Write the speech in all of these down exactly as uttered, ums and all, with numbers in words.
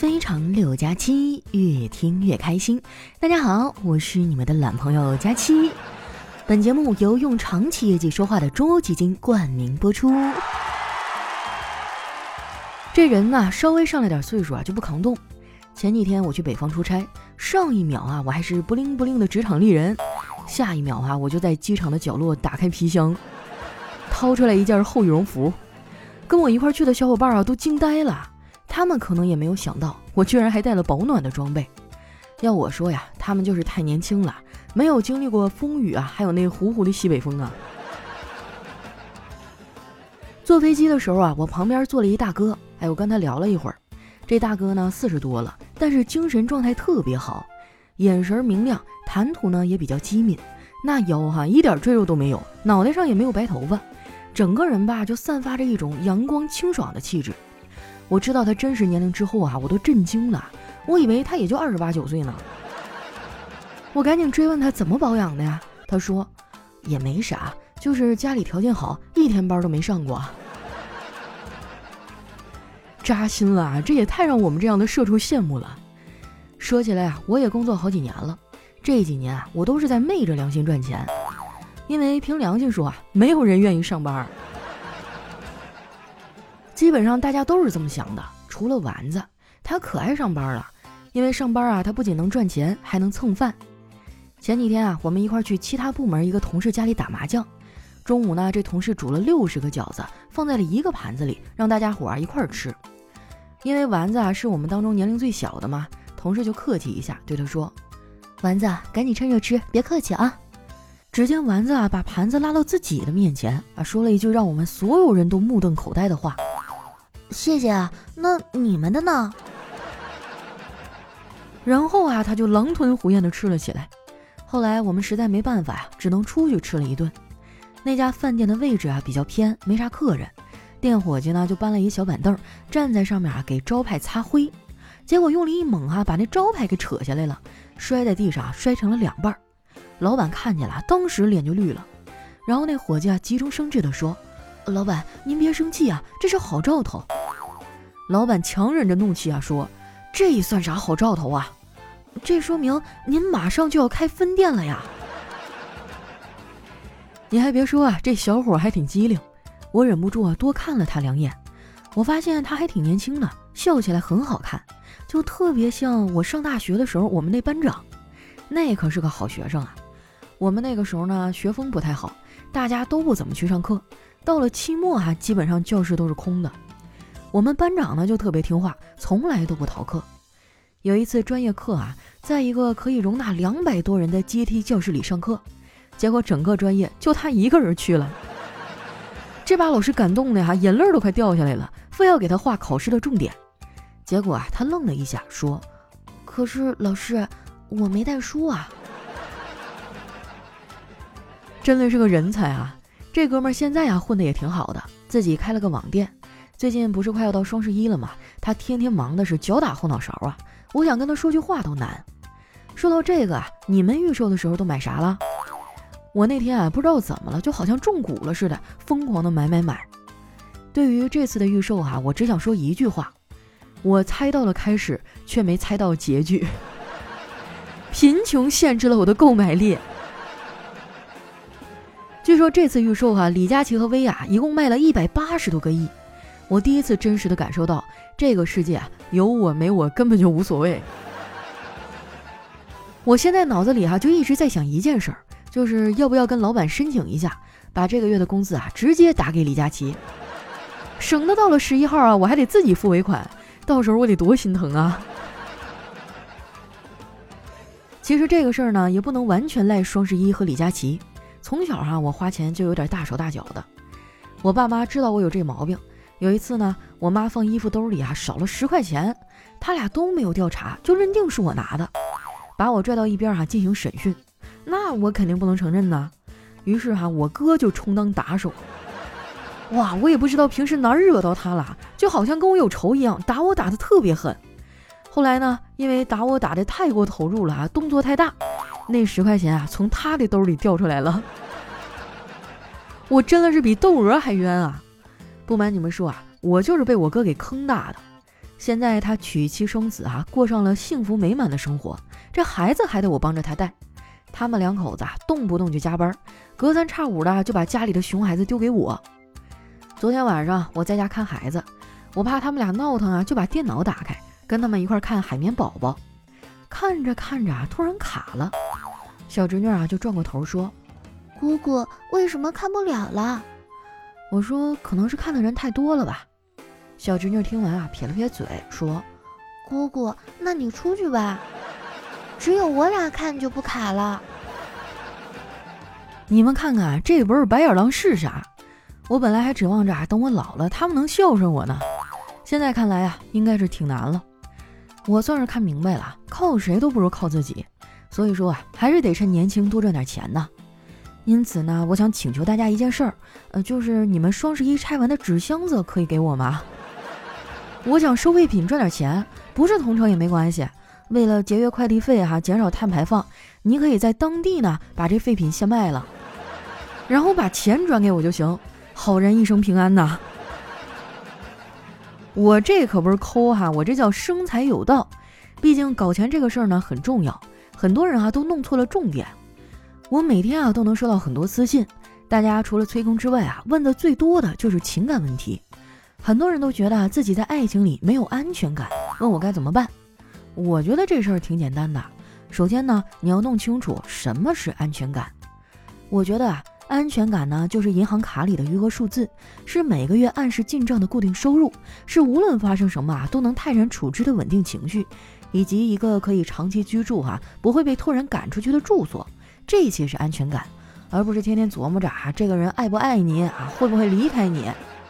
非常六加七，越听越开心。大家好，我是你们的懒朋友佳期。本节目由用长期业绩说话的中欧基金冠名播出。这人呐、啊，稍微上了点岁数啊，就不抗冻。前几天我去北方出差，上一秒啊，我还是不灵不灵的职场丽人，下一秒啊，我就在机场的角落打开皮箱，掏出来一件厚羽绒服。跟我一块去的小伙伴啊，都惊呆了。他们可能也没有想到，我居然还带了保暖的装备。要我说呀，他们就是太年轻了，没有经历过风雨啊，还有那呼呼的西北风啊。坐飞机的时候啊，我旁边坐了一大哥，哎，我跟他聊了一会儿。这大哥呢，四十多了，但是精神状态特别好，眼神明亮，谈吐呢也比较机敏。那腰哈、啊、一点赘肉都没有，脑袋上也没有白头发，整个人吧就散发着一种阳光清爽的气质。我知道他真实年龄之后啊，我都震惊了，我以为他也就二十八九岁呢。我赶紧追问他怎么保养的呀？他说也没啥，就是家里条件好，一天班都没上过。扎心了啊，这也太让我们这样的社畜羡慕了。说起来啊，我也工作好几年了，这几年啊，我都是在昧着良心赚钱，因为凭良心说啊，没有人愿意上班。基本上大家都是这么想的，除了丸子，他可爱上班了，因为上班啊，他不仅能赚钱，还能蹭饭。前几天啊，我们一块去其他部门一个同事家里打麻将，中午呢，这同事煮了六十个饺子，放在了一个盘子里，让大家伙啊一块吃。因为丸子啊是我们当中年龄最小的嘛，同事就客气一下，对他说：“丸子，赶紧趁热吃，别客气啊。”只见丸子啊把盘子拉到自己的面前啊，说了一句让我们所有人都目瞪口呆的话：“谢谢啊，那你们的呢？”然后啊，他就狼吞虎咽地吃了起来。后来我们实在没办法呀、啊，只能出去吃了一顿。那家饭店的位置啊比较偏，没啥客人。店伙计呢就搬了一小板凳，站在上面啊给招牌擦灰，结果用力一猛啊，把那招牌给扯下来了，摔在地上，摔成了两半。老板看见了，当时脸就绿了。然后那伙计啊急中生智地说：“老板，您别生气啊，这是好兆头。”老板强忍着怒气啊说：“这算啥好兆头啊？这说明您马上就要开分店了呀！”你还别说啊，这小伙还挺机灵。我忍不住啊多看了他两眼，我发现他还挺年轻的，笑起来很好看，就特别像我上大学的时候我们那班长，那可是个好学生啊。我们那个时候呢学风不太好，大家都不怎么去上课，到了期末啊基本上教室都是空的。我们班长呢就特别听话，从来都不逃课。有一次专业课啊，在一个可以容纳两百多人的阶梯教室里上课，结果整个专业就他一个人去了。这把老师感动的呀，眼泪都快掉下来了，非要给他画考试的重点。结果啊，他愣了一下，说：“可是老师，我没带书啊。”真的是个人才啊！这哥们儿现在啊混得也挺好的，自己开了个网店。最近不是快要到双十一了吗？他天天忙的是脚打后脑勺啊！我想跟他说句话都难。说到这个啊，你们预售的时候都买啥了？我那天啊不知道怎么了，就好像中蛊了似的，疯狂的买买买。对于这次的预售啊，我只想说一句话：我猜到了开始，却没猜到结局。贫穷限制了我的购买力。据说这次预售啊，李佳琦和薇娅一共卖了一百八十多个亿。我第一次真实的感受到，这个世界啊，有我没我根本就无所谓。我现在脑子里哈、啊、就一直在想一件事儿，就是要不要跟老板申请一下，把这个月的工资啊直接打给李佳琦，省得到了十一号啊，我还得自己付尾款，到时候我得多心疼啊。其实这个事儿呢，也不能完全赖双十一和李佳琦。从小哈、啊，我花钱就有点大手大脚的。我爸妈知道我有这毛病。有一次呢，我妈放衣服兜里啊少了十块钱，他俩都没有调查，就认定是我拿的，把我拽到一边哈、啊、进行审讯。那我肯定不能承认呐。于是哈、啊，我哥就充当打手。哇，我也不知道平时哪儿惹到他了，就好像跟我有仇一样，打我打得特别狠。后来呢，因为打我打得太过投入了啊，动作太大，那十块钱啊从他的兜里掉出来了。我真的是比窦娥还冤啊！不瞒你们说啊，我就是被我哥给坑大的。 现在他娶妻生子啊，过上了幸福美满的生活，这孩子还得我帮着他带。他们两口子啊，动不动就加班，隔三差五的就把家里的熊孩子丢给我。昨天晚上我在家看孩子，我怕他们俩闹腾啊，就把电脑打开，跟他们一块看海绵宝宝。看着看着啊，突然卡了。小侄女啊就转过头说：“ 姑姑，为什么看不了了？” 我说：“可能是看的人太多了吧。”小侄女听完啊，撇了撇嘴说：“ 姑姑，那你出去吧，只有我俩看就不卡了。” 你们看看，这不是白眼狼是啥？我本来还指望着啊，等我老了，他们能孝顺我呢。现在看来啊，应该是挺难了。我算是看明白了，靠谁都不如靠自己。所以说啊，还是得趁年轻多赚点钱呢。因此呢，我想请求大家一件事儿，呃，就是你们双十一拆完的纸箱子可以给我吗？我想收废品赚点钱，不是同城也没关系。为了节约快递费哈、啊，减少碳排放，你可以在当地呢把这废品先卖了，然后把钱转给我就行。好人一生平安呐！我这可不是抠哈，我这叫生财有道。毕竟搞钱这个事儿呢很重要，很多人啊都弄错了重点。我每天啊都能收到很多私信，大家除了催更之外啊，问的最多的就是情感问题。很多人都觉得自己在爱情里没有安全感，问我该怎么办。我觉得这事儿挺简单的。首先呢，你要弄清楚什么是安全感。我觉得啊，安全感呢就是银行卡里的余额数字，是每个月按时进账的固定收入，是无论发生什么啊都能泰然处之的稳定情绪，以及一个可以长期居住啊不会被突然赶出去的住所。这些是安全感，而不是天天琢磨着啊这个人爱不爱你啊，会不会离开你。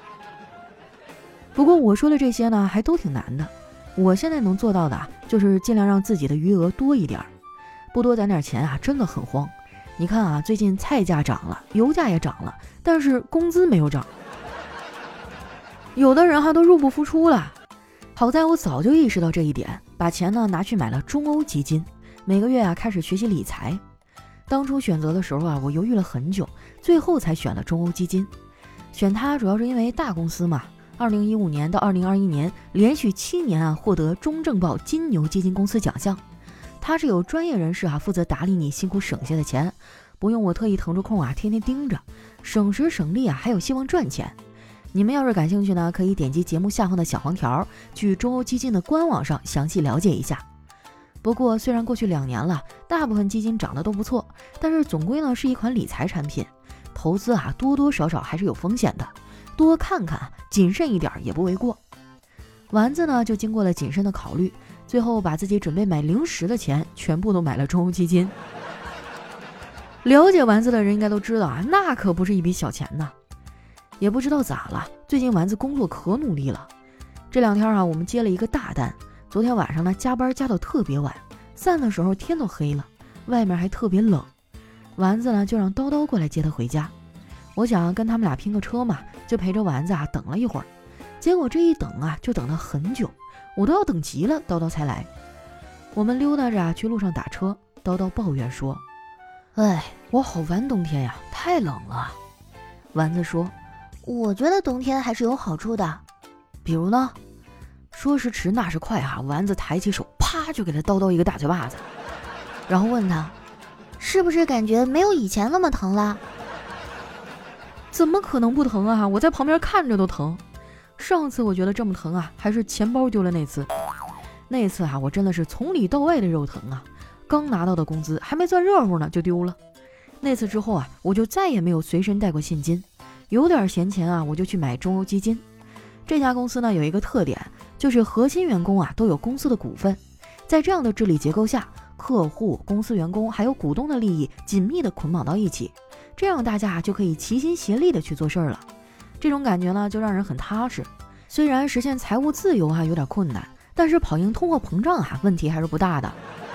不过我说的这些呢还都挺难的，我现在能做到的就是尽量让自己的余额多一点，不多攒点钱啊真的很慌。你看啊，最近菜价涨了，油价也涨了，但是工资没有涨。有的人哈都入不敷出了。好在我早就意识到这一点，把钱呢拿去买了中欧基金，每个月啊开始学习理财。当初选择的时候啊，我犹豫了很久，最后才选了中欧基金。选它主要是因为大公司嘛，二零一五年到二零二一年连续七年啊获得中证报金牛基金公司奖项。它是有专业人士啊负责打理你辛苦省下的钱，不用我特意腾出空啊天天盯着，省时省力啊，还有希望赚钱。你们要是感兴趣呢，可以点击节目下方的小黄条，去中欧基金的官网上详细了解一下。不过虽然过去两年了，大部分基金涨得都不错，但是总归呢是一款理财产品，投资啊多多少少还是有风险的，多看看，谨慎一点也不为过。丸子呢就经过了谨慎的考虑，最后把自己准备买零食的钱全部都买了中欧基金。了解丸子的人应该都知道啊，那可不是一笔小钱呢。也不知道咋了，最近丸子工作可努力了。这两天啊，我们接了一个大单，昨天晚上呢加班加到特别晚，散的时候天都黑了，外面还特别冷。丸子呢就让叨叨过来接他回家。我想跟他们俩拼个车嘛，就陪着丸子啊等了一会儿。结果这一等啊，就等了很久，我都要等急了，叨叨才来。我们溜达着啊去路上打车，叨叨抱怨说：“哎，我好烦冬天呀，太冷了。”丸子说：“ 我觉得冬天还是有好处的。” 比如呢？说时迟那时快哈、啊，丸子抬起手，啪就给他叨叨一个大嘴巴子，然后问他：“ 是不是感觉没有以前那么疼了？” 怎么可能不疼啊？我在旁边看着都疼。上次我觉得这么疼啊，还是钱包丢了那次。那次啊，我真的是从里到外的肉疼啊！刚拿到的工资还没攥热乎呢，就丢了。那次之后啊，我就再也没有随身带过现金。有点闲钱啊，我就去买中欧基金。这家公司呢有一个特点，就是核心员工啊都有公司的股份。在这样的治理结构下，客户、公司员工还有股东的利益紧密的捆绑到一起，这样大家就可以齐心协力的去做事儿了。这种感觉呢就让人很踏实。虽然实现财务自由啊有点困难，但是跑赢通货膨胀啊问题还是不大的。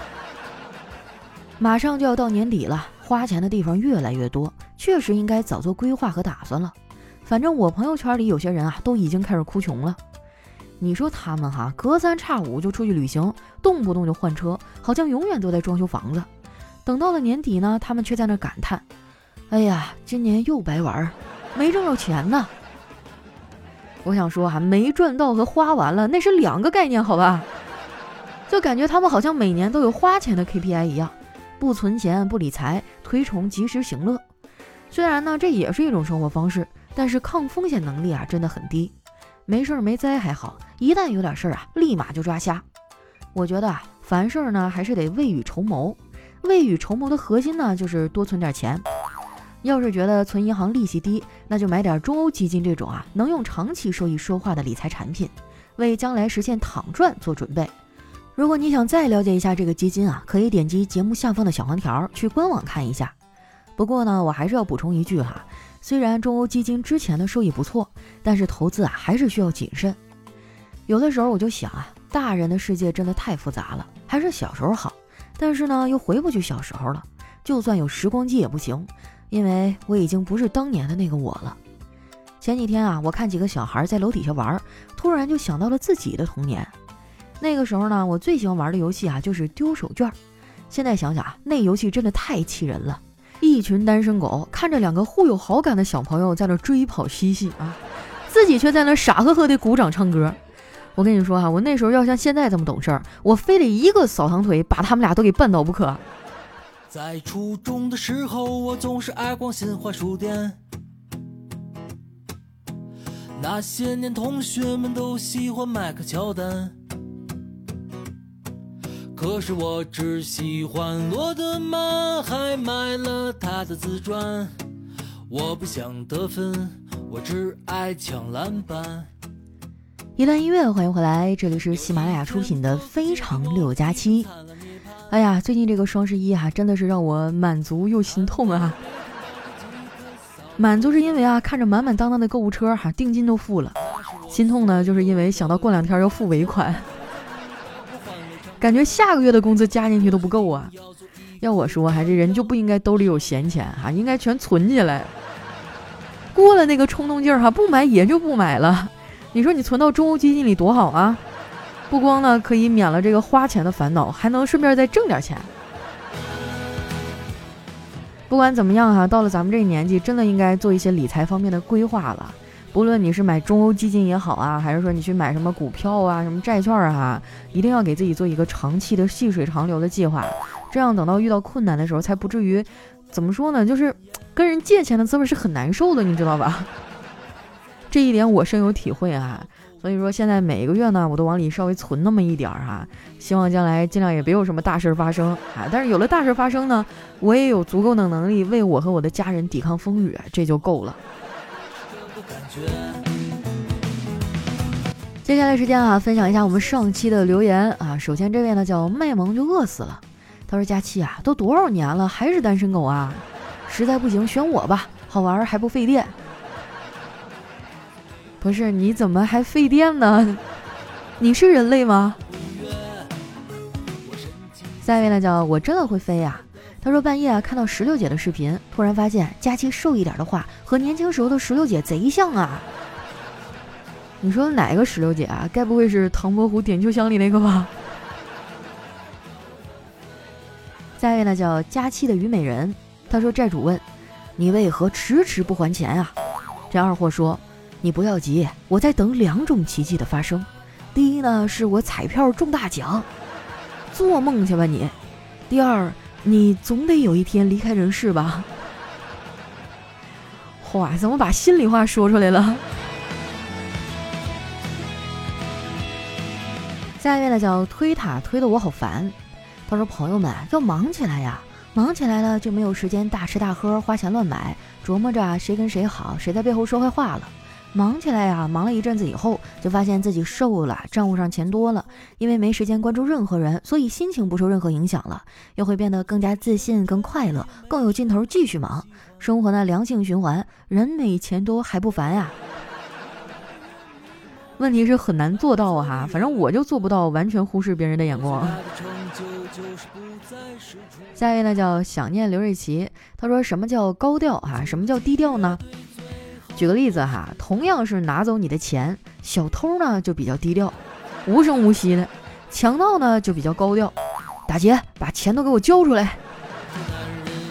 马上就要到年底了，花钱的地方越来越多，确实应该早做规划和打算了。反正我朋友圈里有些人啊都已经开始哭穷了。你说他们哈隔三差五就出去旅行，动不动就换车，好像永远都在装修房子。等到了年底呢，他们却在那感叹：“哎呀，今年又白玩，没挣着钱呢。” 我想说哈，没赚到和花完了那是两个概念，好吧？就感觉他们好像每年都有花钱的 K P I 一样，不存钱不理财，推崇及时行乐。虽然呢这也是一种生活方式，但是抗风险能力啊真的很低。没事没灾还好，一旦有点事儿啊，立马就抓瞎。我觉得啊，凡事呢还是得未雨绸缪。未雨绸缪的核心呢，就是多存点钱。要是觉得存银行利息低，那就买点中欧基金这种啊能用长期收益说话的理财产品，为将来实现躺赚做准备。如果你想再了解一下这个基金啊，可以点击节目下方的小黄条去官网看一下。不过呢，我还是要补充一句哈，虽然中欧基金之前的收益不错，但是投资啊还是需要谨慎。有的时候我就想啊，大人的世界真的太复杂了，还是小时候好。但是呢，又回不去小时候了，就算有时光机也不行，因为我已经不是当年的那个我了。前几天啊，我看几个小孩在楼底下玩，突然就想到了自己的童年。那个时候呢，我最喜欢玩的游戏啊，就是丢手绢。现在想想啊，那游戏真的太气人了，一群单身狗看着两个互有好感的小朋友在那追跑嬉戏啊，自己却在那傻呵呵的鼓掌唱歌。我跟你说哈、啊，我那时候要像现在这么懂事儿，我非得一个扫堂腿把他们俩都给绊倒不可。 在初中的时候，我总是爱逛新华书店。那些年同学们都喜欢迈克乔丹，可是我只喜欢罗德曼，还买了他的自传。我不想得分，我只爱抢篮板。 一段音乐，欢迎回来，这里是喜马拉雅出品的非常六加七。哎呀，最近这个双十一啊，真的是让我满足又心痛啊。满足是因为啊，看着满满当当的购物车哈、啊，定金都付了；心痛呢，就是因为想到过两天要付尾款，感觉下个月的工资加进去都不够啊。要我说，还这人就不应该兜里有闲钱啊，应该全存起来。过了那个冲动劲儿哈，不买也就不买了。你说你存到中欧基金里多好啊！不光呢可以免了这个花钱的烦恼，还能顺便再挣点钱。不管怎么样哈、啊，到了咱们这个年纪，真的应该做一些理财方面的规划了。不论你是买中欧基金也好啊，还是说你去买什么股票啊、什么债券啊，一定要给自己做一个长期的细水长流的计划，这样等到遇到困难的时候，才不至于怎么说呢，就是跟人借钱的滋味是很难受的，你知道吧？这一点我深有体会啊，所以说现在每个月呢，我都往里稍微存那么一点儿哈，希望将来尽量也别有什么大事发生啊。但是有了大事发生呢，我也有足够的能力为我和我的家人抵抗风雨，这就够了。接下来时间啊，分享一下我们上期的留言啊。首先这位呢叫卖萌就饿死了，他说佳期啊，都多少年了还是单身狗啊，实在不行选我吧，好玩还不费电。不是，你怎么还费电呢？你是人类吗？下一位呢叫我真的会飞呀、啊。他说半夜啊看到石榴姐的视频，突然发现佳期瘦一点的话和年轻时候的石榴姐贼像啊。你说哪个石榴姐啊？该不会是唐伯虎点秋香里那个吧？下一位呢叫佳期的虞美人，他说债主问你为何迟迟不还钱啊？这二货说你不要急，我在等两种奇迹的发生。第一呢，是我彩票中大奖，做梦去吧你。第二，你总得有一天离开人世吧。哇，怎么把心里话说出来了？下一位呢叫推塔推得我好烦，他说朋友们要忙起来呀，忙起来了就没有时间大吃大喝花钱乱买，琢磨着谁跟谁好，谁在背后说坏话了。忙起来呀，忙了一阵子以后，就发现自己瘦了，账户上钱多了，因为没时间关注任何人，所以心情不受任何影响了，又会变得更加自信、更快乐、更有劲头继续忙。生活呢良性循环，人美钱多还不烦呀。问题是很难做到啊哈，反正我就做不到完全忽视别人的眼光。下一位呢叫想念刘瑞琪，他说什么叫高调啊？什么叫低调呢？举个例子哈，同样是拿走你的钱，小偷呢就比较低调，无声无息的；强盗呢就比较高调，大姐把钱都给我交出来。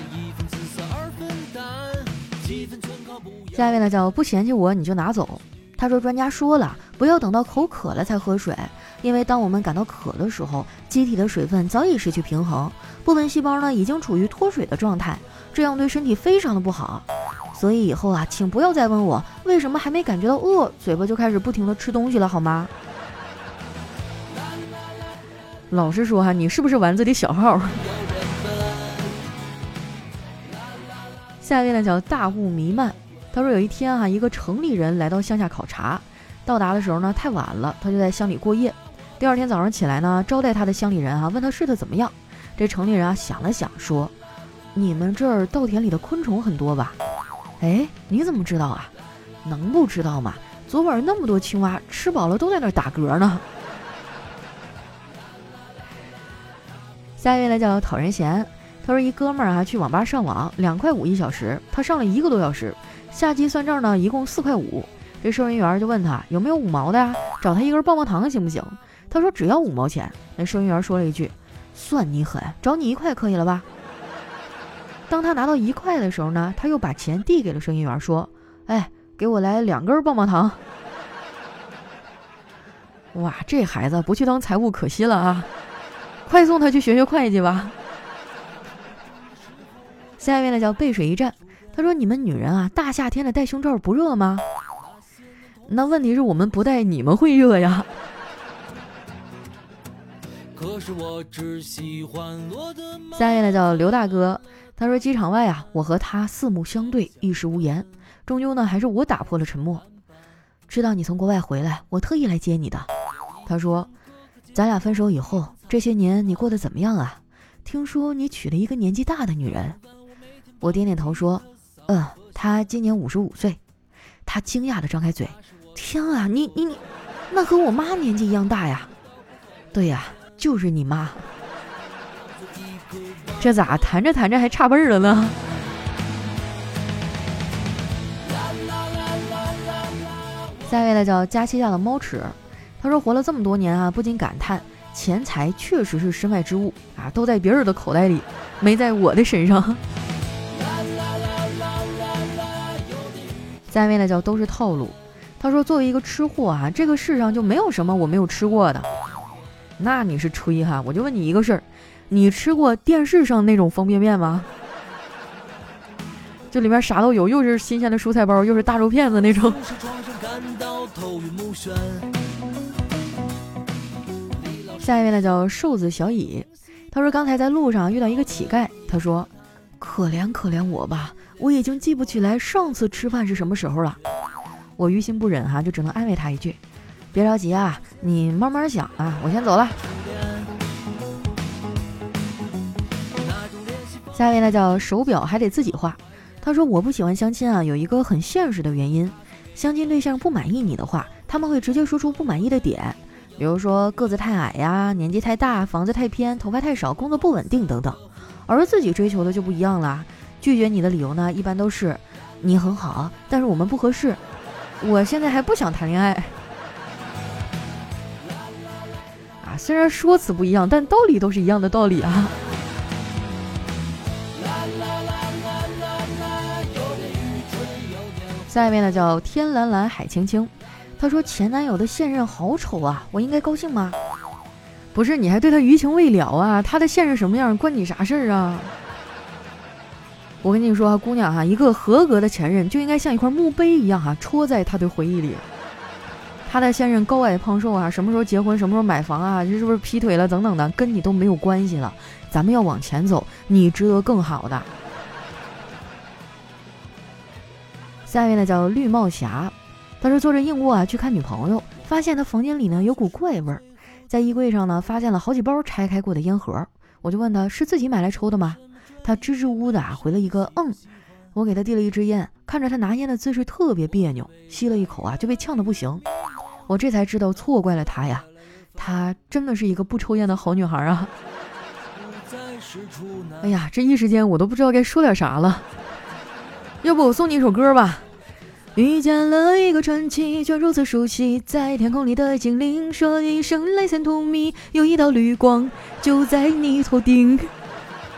下一位呢叫不嫌弃我你就拿走， 他说专家说了，不要等到口渴了才喝水，因为当我们感到渴的时候，机体的水分早已失去平衡，部分细胞呢已经处于脱水的状态，这样对身体非常的不好。所以以后啊，请不要再问我为什么还没感觉到饿，嘴巴就开始不停的吃东西了，好吗？老实说哈、啊，你是不是丸子的小号？下一位呢叫大雾弥漫，他说有一天啊，一个城里人来到乡下考察，到达的时候呢太晚了，他就在乡里过夜。第二天早上起来呢，招待他的乡里人啊问他睡得怎么样。这城里人啊想了想说，你们这儿稻田里的昆虫很多吧？哎，你怎么知道啊？能不知道吗？昨晚那么多青蛙吃饱了都在那儿打嗝呢。下一位呢叫讨人嫌，他说一哥们儿啊去网吧上网，两块五一小时，他上了一个多小时，下机算账呢一共四块五。这收银员就问他有没有五毛的呀，找他一根棒棒糖行不行？他说只要五毛钱。那收银员说了一句，算你狠，找你一块可以了吧？当他拿到一块的时候呢，他又把钱递给了收银员，说，哎，给我来两根棒棒糖。哇，这孩子不去当财务可惜了啊，快送他去学学会计吧。下一位呢叫背水一战，他说你们女人啊，大夏天的戴胸罩不热吗？那问题是我们不戴你们会热呀。可是我只喜欢我的。下一位呢叫刘大哥，他说机场外啊，我和他四目相对，一时无言，终究呢还是我打破了沉默。知道你从国外回来，我特意来接你的。他说咱俩分手以后，这些年你过得怎么样啊？听说你娶了一个年纪大的女人。我点点头说，嗯，她今年五十五岁。他惊讶地张开嘴，天啊，你你你，那和我妈年纪一样大呀。对呀，就是你妈。这咋谈着谈着还差辈儿了呢？下一位呢叫佳期家的猫齿，他说活了这么多年啊，不禁感叹钱财确实是身外之物啊，都在别人的口袋里，没在我的身上。下一位呢叫都是套路，他说作为一个吃货啊，这个世上就没有什么我没有吃过的。那你是吹哈，我就问你一个事儿，你吃过电视上那种方便面吗？就里面啥都有，又是新鲜的蔬菜包，又是大肉片子那种。下一位呢叫瘦子小乙，他说刚才在路上遇到一个乞丐，他说可怜可怜我吧，我已经记不起来上次吃饭是什么时候了。我于心不忍哈、啊，就只能安慰他一句，别着急啊，你慢慢想啊，我先走了。下一位呢叫手表还得自己画，他说我不喜欢相亲啊，有一个很现实的原因，相亲对象不满意你的话，他们会直接说出不满意的点，比如说个子太矮呀，年纪太大，房子太偏，头发太少，工作不稳定等等。而自己追求的就不一样啦，拒绝你的理由呢，一般都是你很好，但是我们不合适，我现在还不想谈恋爱。啊，虽然说辞不一样，但道理都是一样的道理啊。下一位呢叫天蓝蓝海青青，他说前男友的现任好丑啊，我应该高兴吗？不是，你还对他余情未了啊，他的现任什么样关你啥事儿啊？我跟你说啊，姑娘哈、啊，一个合格的前任就应该像一块墓碑一样哈、啊，戳在他的回忆里。他的现任高矮胖瘦啊，什么时候结婚，什么时候买房啊，这是不是劈腿了等等的，跟你都没有关系了。咱们要往前走，你值得更好的。下一位呢叫绿帽侠，他说坐着硬卧啊去看女朋友，发现他房间里呢有股怪味儿，在衣柜上呢发现了好几包拆开过的烟盒，我就问他是自己买来抽的吗？他支支吾吾的、啊、回了一个嗯。我给他递了一支烟，看着他拿烟的姿势特别别扭，吸了一口啊就被呛得不行。我这才知道错怪了他呀，她真的是一个不抽烟的好女孩啊。哎呀，这一时间我都不知道该说点啥了，要不我送你一首歌吧。遇见了一个传奇，却如此熟悉，在天空里的精灵说一声 Listen to me， 有一道绿光就在你头顶，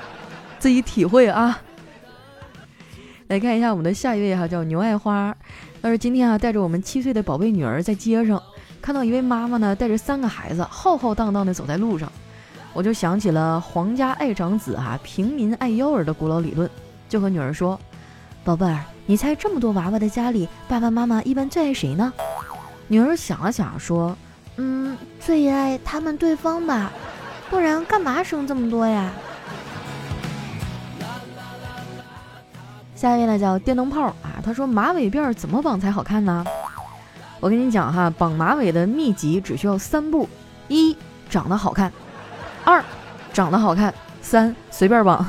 自己体会啊。来看一下我们的下一位哈，叫牛爱花， 但是今天啊，带着我们七岁的宝贝女儿在街上，看到一位妈妈呢带着三个孩子浩浩荡荡的走在路上，我就想起了皇家爱长子啊，平民爱幺儿的古老理论，就和女儿说：宝贝儿，你猜这么多娃娃的家里，爸爸妈妈一般最爱谁呢？女儿想了想说： 嗯，最爱他们对方吧，不然干嘛生这么多呀？ 下一位呢叫电灯泡啊，他说马尾辫怎么绑才好看呢？我跟你讲哈，绑马尾的秘籍只需要三步：一，长得好看；二，长得好看；三，随便绑。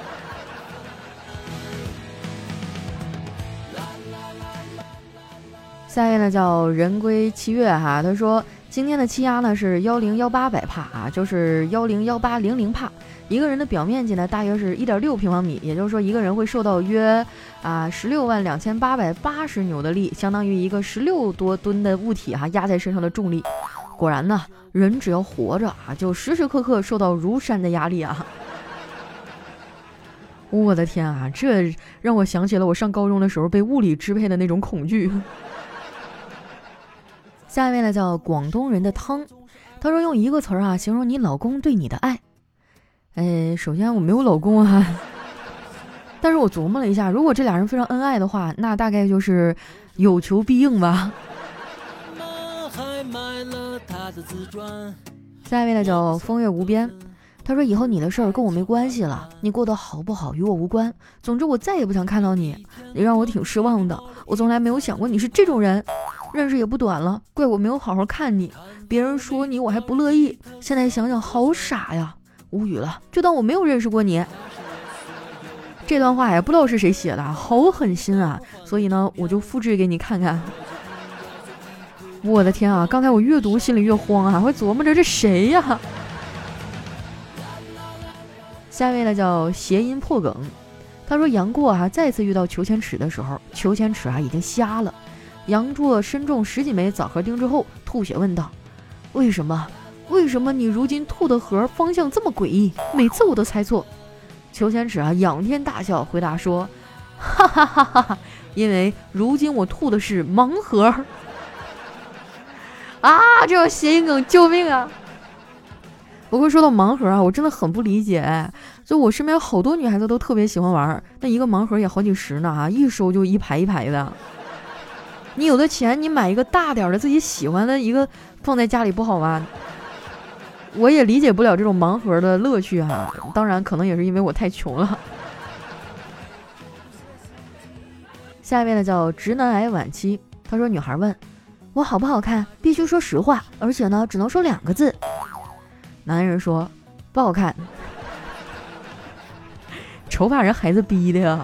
下一位呢叫人归七月哈，他说今天的气压呢是幺零幺八百帕啊，就是幺零幺八零零帕。一个人的表面积呢大约是 一点六平方米，也就是说一个人会受到约啊十六万两千八百八十牛的力，相当于一个十六多吨的物体哈、啊、压在身上的重力。果然呢，人只要活着啊，就时时刻刻受到如山的压力啊。我的天啊，这让我想起了我上高中的时候被物理支配的那种恐惧。下一位呢叫广东人的汤，他说用一个词儿啊形容你老公对你的爱。哎，首先我没有老公啊，但是我琢磨了一下，如果这俩人非常恩爱的话，那大概就是有求必应吧。下一位呢叫风月无边，他说以后你的事儿跟我没关系了，你过得好不好与我无关，总之我再也不想看到你，你让我挺失望的，我从来没有想过你是这种人，认识也不短了，怪我没有好好看你，别人说你我还不乐意，现在想想好傻呀，无语了，就当我没有认识过你。这段话也不知道是谁写的，好狠心啊，所以呢我就复制给你看看。我的天啊，刚才我越读心里越慌啊，我琢磨着这谁呀。下一位呢叫谐音破梗，他说杨过啊再次遇到裘千尺的时候，裘千尺啊已经瞎了，杨过身中十几枚枣核钉之后吐血问道：为什么为什么你如今吐的核方向这么诡异，每次我都猜错。裘千尺啊仰天大笑回答说：哈哈哈哈哈，因为如今我吐的是盲盒。啊，这种谐音梗救命啊。不过说到盲盒啊，我真的很不理解，就我身边有好多女孩子都特别喜欢玩，那一个盲盒也好几十呢啊，一收就一排一排的。你有的钱你买一个大点的自己喜欢的一个放在家里不好吗？我也理解不了这种盲盒的乐趣哈、啊，当然可能也是因为我太穷了。下一位呢叫直男癌晚期，他说女孩问我好不好看必须说实话，而且呢只能说两个字。男人说不好看。丑把人孩子逼的呀。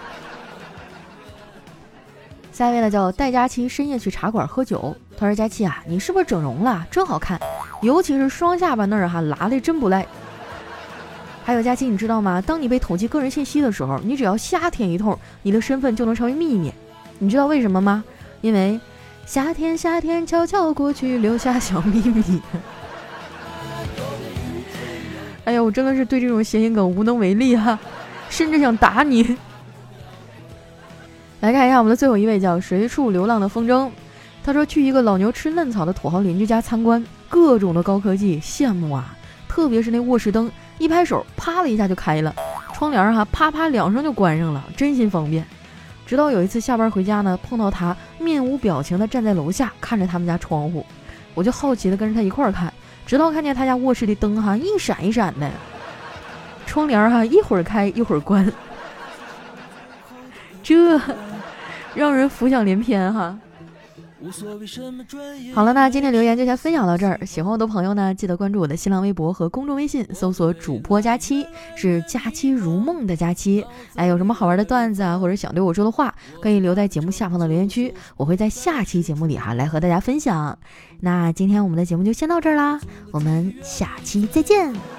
下一位呢叫戴佳琪深夜去茶馆喝酒，他说佳琪啊你是不是整容了，真好看，尤其是双下巴那儿哈拉的真不赖。还有佳琪你知道吗，当你被统计个人信息的时候，你只要瞎填一通，你的身份就能成为秘密。你知道为什么吗？因为夏天夏天悄悄过去，留下小秘密。哎呀，我真的是对这种谐音梗无能为力哈、啊，甚至想打你。来看一下我们的最后一位叫随处流浪的风筝，他说去一个老牛吃嫩草的土豪邻居家参观，各种的高科技，羡慕啊！特别是那卧室灯，一拍手啪了一下就开了，窗帘哈、啊、啪啪两声就关上了，真心方便。直到有一次下班回家呢，碰到他面无表情的站在楼下看着他们家窗户，我就好奇的跟着他一块儿看，直到看见他家卧室的灯哈一闪一闪的，窗帘哈一会儿开一会儿关，这让人浮想联翩哈。好了，那今天留言就先分享到这儿。喜欢我的朋友呢，记得关注我的新浪微博和公众微信，搜索主播佳期，是佳期如梦的佳期。哎，有什么好玩的段子啊，或者想对我说的话，可以留在节目下方的留言区，我会在下期节目里哈、啊、来和大家分享。那今天我们的节目就先到这儿啦，我们下期再见。